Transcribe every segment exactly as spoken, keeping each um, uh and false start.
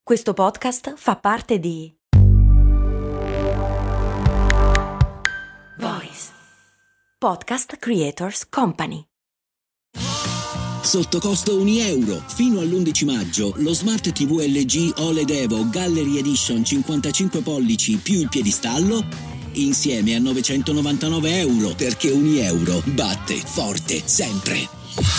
Questo podcast fa parte di Voice Podcast Creators Company. Sotto costo un euro. Fino all'undici maggio lo Smart tivù L G O L E D Evo Gallery Edition cinquantacinque pollici più il piedistallo insieme a novecentonovantanove euro, perché un euro batte forte sempre.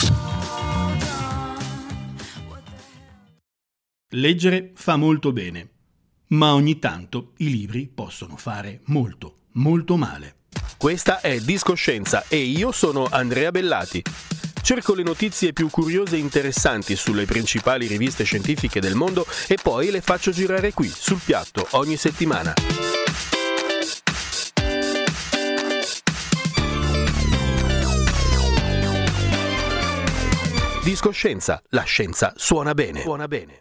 Leggere fa molto bene, ma ogni tanto i libri possono fare molto, molto male. Questa è Discoscienza e io sono Andrea Bellati. Cerco le notizie più curiose e interessanti sulle principali riviste scientifiche del mondo e poi le faccio girare qui, sul piatto, ogni settimana. Discoscienza, la scienza suona bene. Suona bene.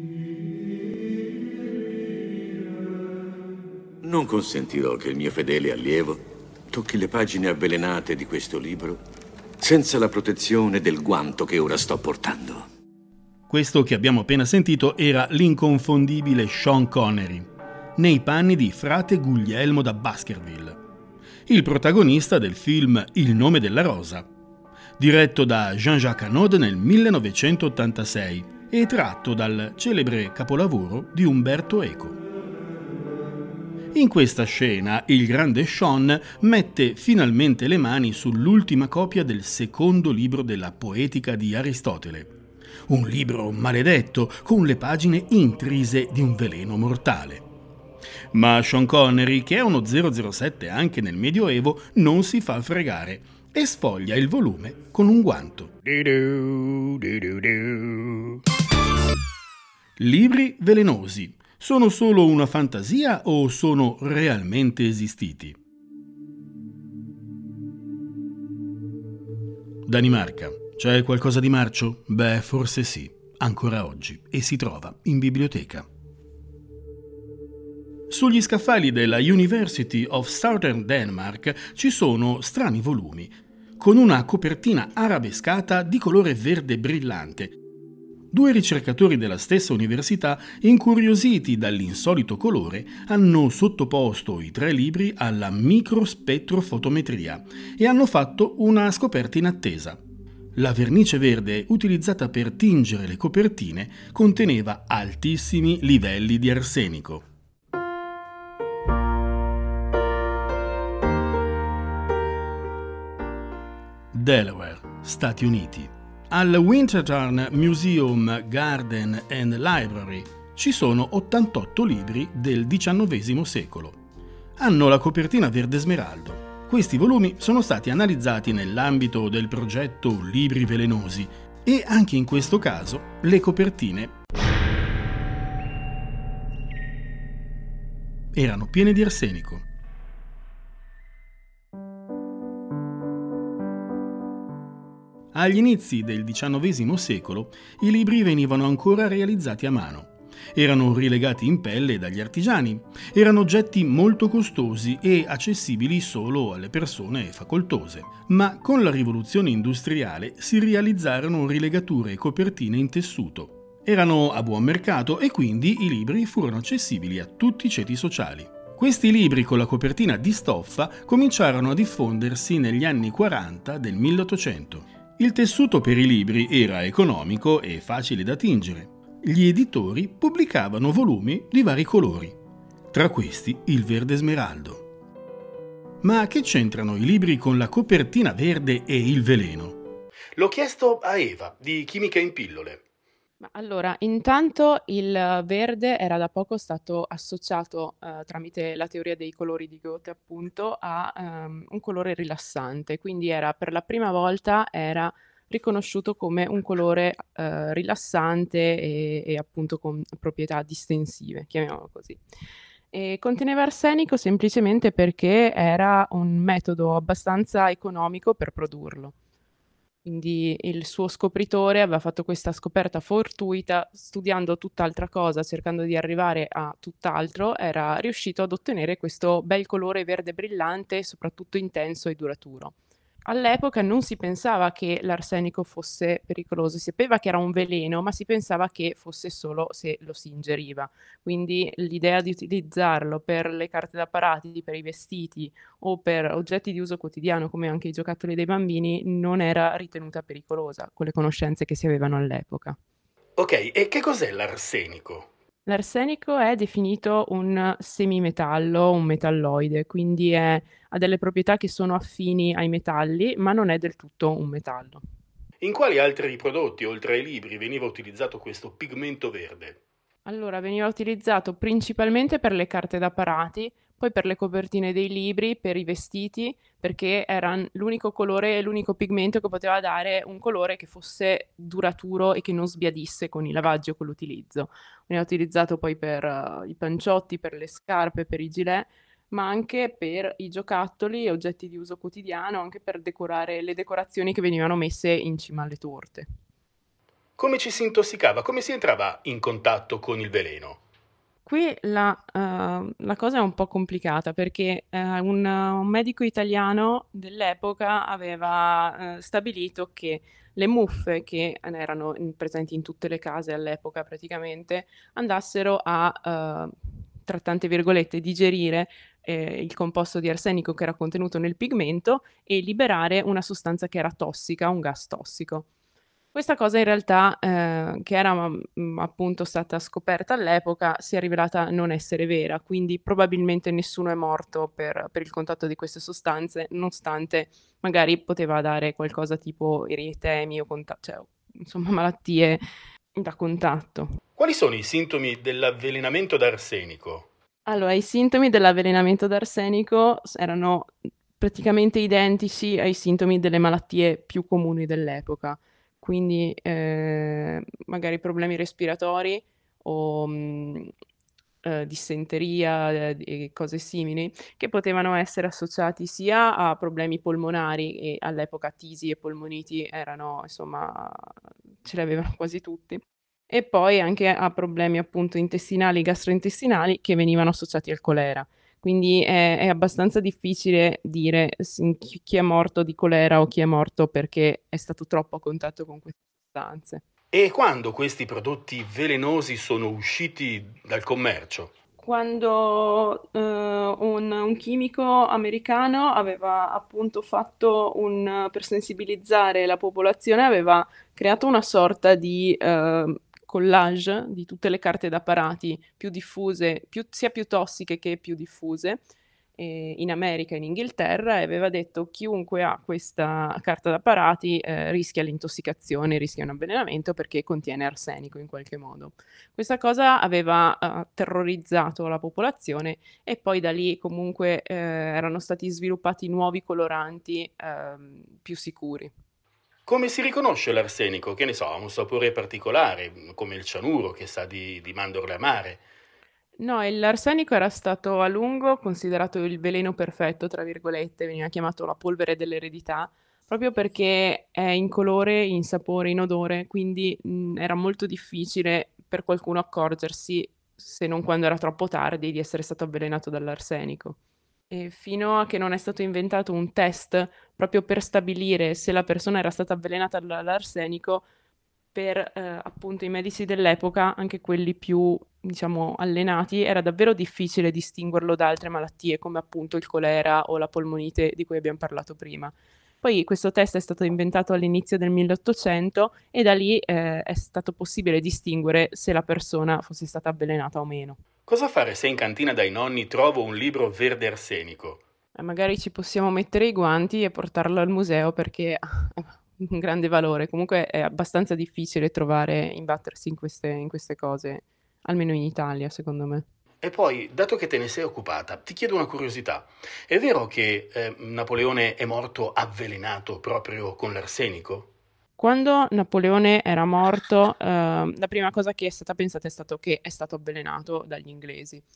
Non consentirò che il mio fedele allievo tocchi le pagine avvelenate di questo libro senza la protezione del guanto che ora sto portando. Questo che abbiamo appena sentito era l'inconfondibile Sean Connery, nei panni di frate Guglielmo da Baskerville, il protagonista del film Il nome della rosa, diretto da Jean-Jacques Annaud nel millenovecentottantasei e tratto dal celebre capolavoro di Umberto Eco. In questa scena il grande Sean mette finalmente le mani sull'ultima copia del secondo libro della Poetica di Aristotele. Un libro maledetto con le pagine intrise di un veleno mortale. Ma Sean Connery, che è uno zero zero sette anche nel Medioevo, non si fa fregare e sfoglia il volume con un guanto. Libri velenosi. Sono solo una fantasia o sono realmente esistiti? Danimarca. C'è qualcosa di marcio? Beh, forse sì, ancora oggi, e si trova in biblioteca. Sugli scaffali della University of Southern Denmark ci sono strani volumi, con una copertina arabescata di colore verde brillante. Due ricercatori della stessa università, incuriositi dall'insolito colore, hanno sottoposto i tre libri alla microspettrofotometria e hanno fatto una scoperta inattesa. La vernice verde utilizzata per tingere le copertine conteneva altissimi livelli di arsenico. Delaware, Stati Uniti. Al Winterthur Museum, Garden and Library ci sono ottantotto libri del diciannovesimo secolo. Hanno la copertina verde smeraldo. Questi volumi sono stati analizzati nell'ambito del progetto Libri Velenosi e anche in questo caso le copertine erano piene di arsenico. Agli inizi del diciannovesimo secolo i libri venivano ancora realizzati a mano. Erano rilegati in pelle dagli artigiani, erano oggetti molto costosi e accessibili solo alle persone facoltose. Ma con la rivoluzione industriale si realizzarono rilegature e copertine in tessuto. Erano a buon mercato e quindi i libri furono accessibili a tutti i ceti sociali. Questi libri con la copertina di stoffa cominciarono a diffondersi negli anni quaranta del milleottocento. Il tessuto per i libri era economico e facile da tingere. Gli editori pubblicavano volumi di vari colori, tra questi il verde smeraldo. Ma che c'entrano i libri con la copertina verde e il veleno? L'ho chiesto a Eva, di Chimica in Pillole. Ma allora, intanto il verde era da poco stato associato eh, tramite la teoria dei colori di Goethe, appunto, a ehm, un colore rilassante, quindi era per la prima volta era riconosciuto come un colore eh, rilassante e, e appunto con proprietà distensive, chiamiamolo così. E conteneva arsenico semplicemente perché era un metodo abbastanza economico per produrlo. Quindi il suo scopritore aveva fatto questa scoperta fortuita, studiando tutt'altra cosa, cercando di arrivare a tutt'altro, era riuscito ad ottenere questo bel colore verde brillante, soprattutto intenso e duraturo. all'epoca non si pensava che l'arsenico fosse pericoloso, si sapeva che era un veleno, ma si pensava che fosse solo se lo si ingeriva. Quindi l'idea di utilizzarlo per le carte da parati, per i vestiti o per oggetti di uso quotidiano come anche i giocattoli dei bambini non era ritenuta pericolosa con le conoscenze che si avevano all'epoca. Ok, e che cos'è l'arsenico? L'arsenico è definito un semimetallo, un metalloide, quindi è- ha delle proprietà che sono affini ai metalli, ma non è del tutto un metallo. In quali altri prodotti, oltre ai libri, veniva utilizzato questo pigmento verde? Allora, veniva utilizzato principalmente per le carte da parati, poi per le copertine dei libri, per i vestiti, perché era n- l'unico colore e l'unico pigmento che poteva dare un colore che fosse duraturo e che non sbiadisse con il lavaggio e con l'utilizzo. Veniva utilizzato poi per eh, i panciotti, per le scarpe, per i gilet, ma anche per i giocattoli e oggetti di uso quotidiano, anche per decorare le decorazioni che venivano messe in cima alle torte. Come ci si intossicava? Come si entrava in contatto con il veleno? Qui la, eh, la cosa è un po' complicata perché eh, un, un medico italiano dell'epoca aveva eh, stabilito che le muffe che erano in- presenti in tutte le case all'epoca praticamente andassero a, eh, tra tante virgolette, digerire eh, il composto di arsenico che era contenuto nel pigmento e liberare una sostanza che era tossica, un gas tossico. Questa cosa in realtà, ehm, che era, mhmm, appunto stata scoperta all'epoca, si è rivelata non essere vera, quindi probabilmente nessuno è morto per per il contatto di queste sostanze, nonostante magari poteva dare qualcosa tipo eritemi o conta cioè, insomma malattie da contatto. Quali sono i sintomi dell'avvelenamento da arsenico? Allora, i sintomi dell'avvelenamento da arsenico s erano praticamente identici ai sintomi delle malattie più comuni dell'epoca, quindi, ehm, magari problemi respiratori o, mhmm, ehm, dissenteria, ehm, e cose simili, che potevano essere associati sia a problemi polmonari e all'epoca tisi e polmoniti erano insomma ce li avevano quasi tutti, e poi anche a problemi appunto intestinali, gastrointestinali che venivano associati al colera. Quindi è è abbastanza difficile dire s chi chi è morto di colera o chi è morto perché è stato troppo a contatto con queste sostanze. E quando questi prodotti velenosi sono usciti dal commercio? Quando, uhm, un un chimico americano aveva appunto fatto un per sensibilizzare la popolazione, aveva creato una sorta di, uhm, collage di tutte le carte da parati più diffuse, più sia più tossiche che più diffuse, ehm, in America e in Inghilterra, e aveva detto: "Chiunque ha questa carta da parati, ehm, rischia l'intossicazione, rischia un avvelenamento perché contiene arsenico in qualche modo". Questa cosa aveva, uhm, terrorizzato la popolazione e poi da lì comunque, ehm, erano stati sviluppati nuovi coloranti, ehm, più sicuri. Come si riconosce l'arsenico? Che ne so, ha un sapore particolare, come il cianuro che sa di, di mandorle amare. No, e l'arsenico era stato a lungo considerato il "veleno perfetto", tra virgolette, veniva chiamato la polvere dell'eredità, proprio perché è incolore, insapore, inodore, quindi, mhmm, era molto difficile per qualcuno accorgersi, se non quando era troppo tardi, di essere stato avvelenato dall'arsenico. E fino a che non è stato inventato un test proprio per stabilire se la persona era stata avvelenata dall'arsenico, per, ehm, appunto i medici dell'epoca, anche quelli più, diciamo, allenati, era davvero difficile distinguerlo da altre malattie, come appunto il colera o la polmonite di cui abbiam parlato prima. Poi questo test è stato inventato all'inizio del milleottocento e da lì, ehm, è stato possibile distinguere se la persona fosse stata avvelenata o meno. Cosa fare se in cantina dai nonni trovo un libro verde arsenico? Eh, magari ci possiamo mettere i guanti e portarlo al museo perché ha un grande valore. Comunque è abbastanza difficile trovare imbattersi in queste in queste cose, almeno in Italia, secondo me. E poi, dato che te ne sei occupata, ti chiedo una curiosità. È vero che eh, Napoleone è morto avvelenato proprio con l'arsenico? Quando Napoleone era morto, ehm, la prima cosa che è stata pensata è stato che è stato avvelenato dagli inglesi.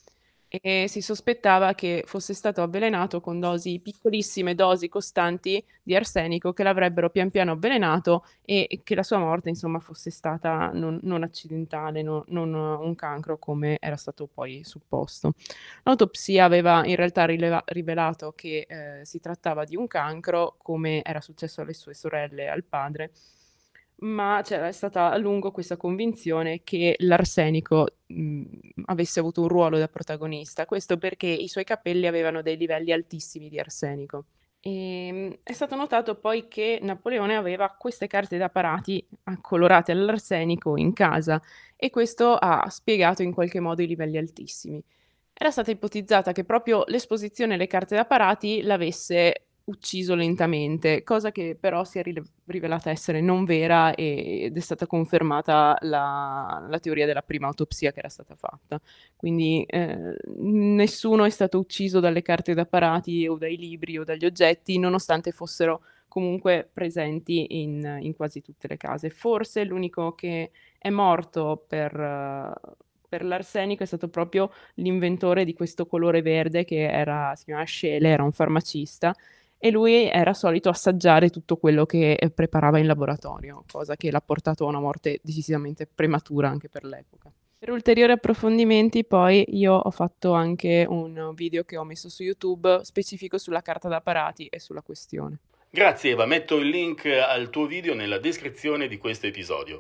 e si sospettava che fosse stato avvelenato con dosi piccolissime dosi costanti di arsenico che l'avrebbero pian piano avvelenato e che la sua morte insomma fosse stata non, non accidentale, no- non un cancro come era stato poi supposto. L'autopsia aveva in realtà rileva- rivelato che eh, si trattava di un cancro come era successo alle sue sorelle e al padre, ma c'era stata a lungo questa convinzione che l'arsenico, mhmm, avesse avuto un ruolo da protagonista. Questo perché i suoi capelli avevano dei livelli altissimi di arsenico. Ehm, è stato notato poi che Napoleone aveva queste carte da parati accolorate all'arsenico in casa e questo ha spiegato in qualche modo i livelli altissimi. Era stata ipotizzata che proprio l'esposizione alle carte da parati l'avesse ucciso lentamente, cosa che però si è rile rivelata essere non vera e ed è stata confermata la la teoria della prima autopsia che era stata fatta. Quindi, ehm, nessuno è stato ucciso dalle carte da parati o dai libri o dagli oggetti, nonostante fossero comunque presenti in in quasi tutte le case. Forse l'unico che è morto per eh, per l'arsenico è stato proprio l'inventore di questo colore verde che era si chiamava Scheele, era un farmacista e lui era solito assaggiare tutto quello che, ehm, preparava in laboratorio, cosa che l'ha portato a una morte decisamente prematura anche per l'epoca. Per ulteriori approfondimenti poi io ho fatto anche un video che ho messo su YouTube specifico sulla carta da parati e sulla questione. Grazie Eva, metto il link al tuo video nella descrizione di questo episodio.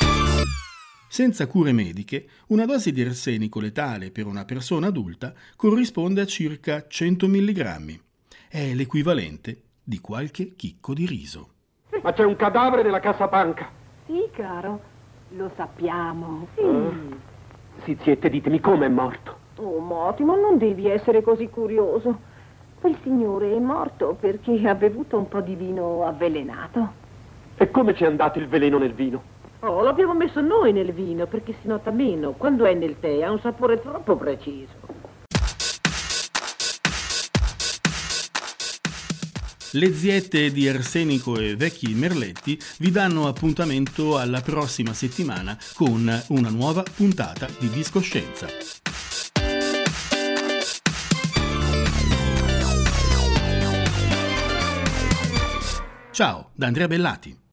Senza cure mediche, una dose di arsenico letale per una persona adulta corrisponde a circa cento milligrammi. È l'equivalente di qualche chicco di riso. Ma c'è un cadavere nella cassapanca. Sì, caro, lo sappiamo. Sì. Uh, sì, ziette, ditemi come è morto. Oh, Mottimo, non devi essere così curioso. Quel signore è morto perché ha bevuto un po' di vino avvelenato. E come c'è andato il veleno nel vino? Oh, l'abbiamo messo noi nel vino perché si nota meno. Quando è nel tè ha un sapore troppo preciso. Le ziette di Arsenico e Vecchi Merletti vi danno appuntamento alla prossima settimana con una nuova puntata di Discoscienza. Ciao da Andrea Bellati.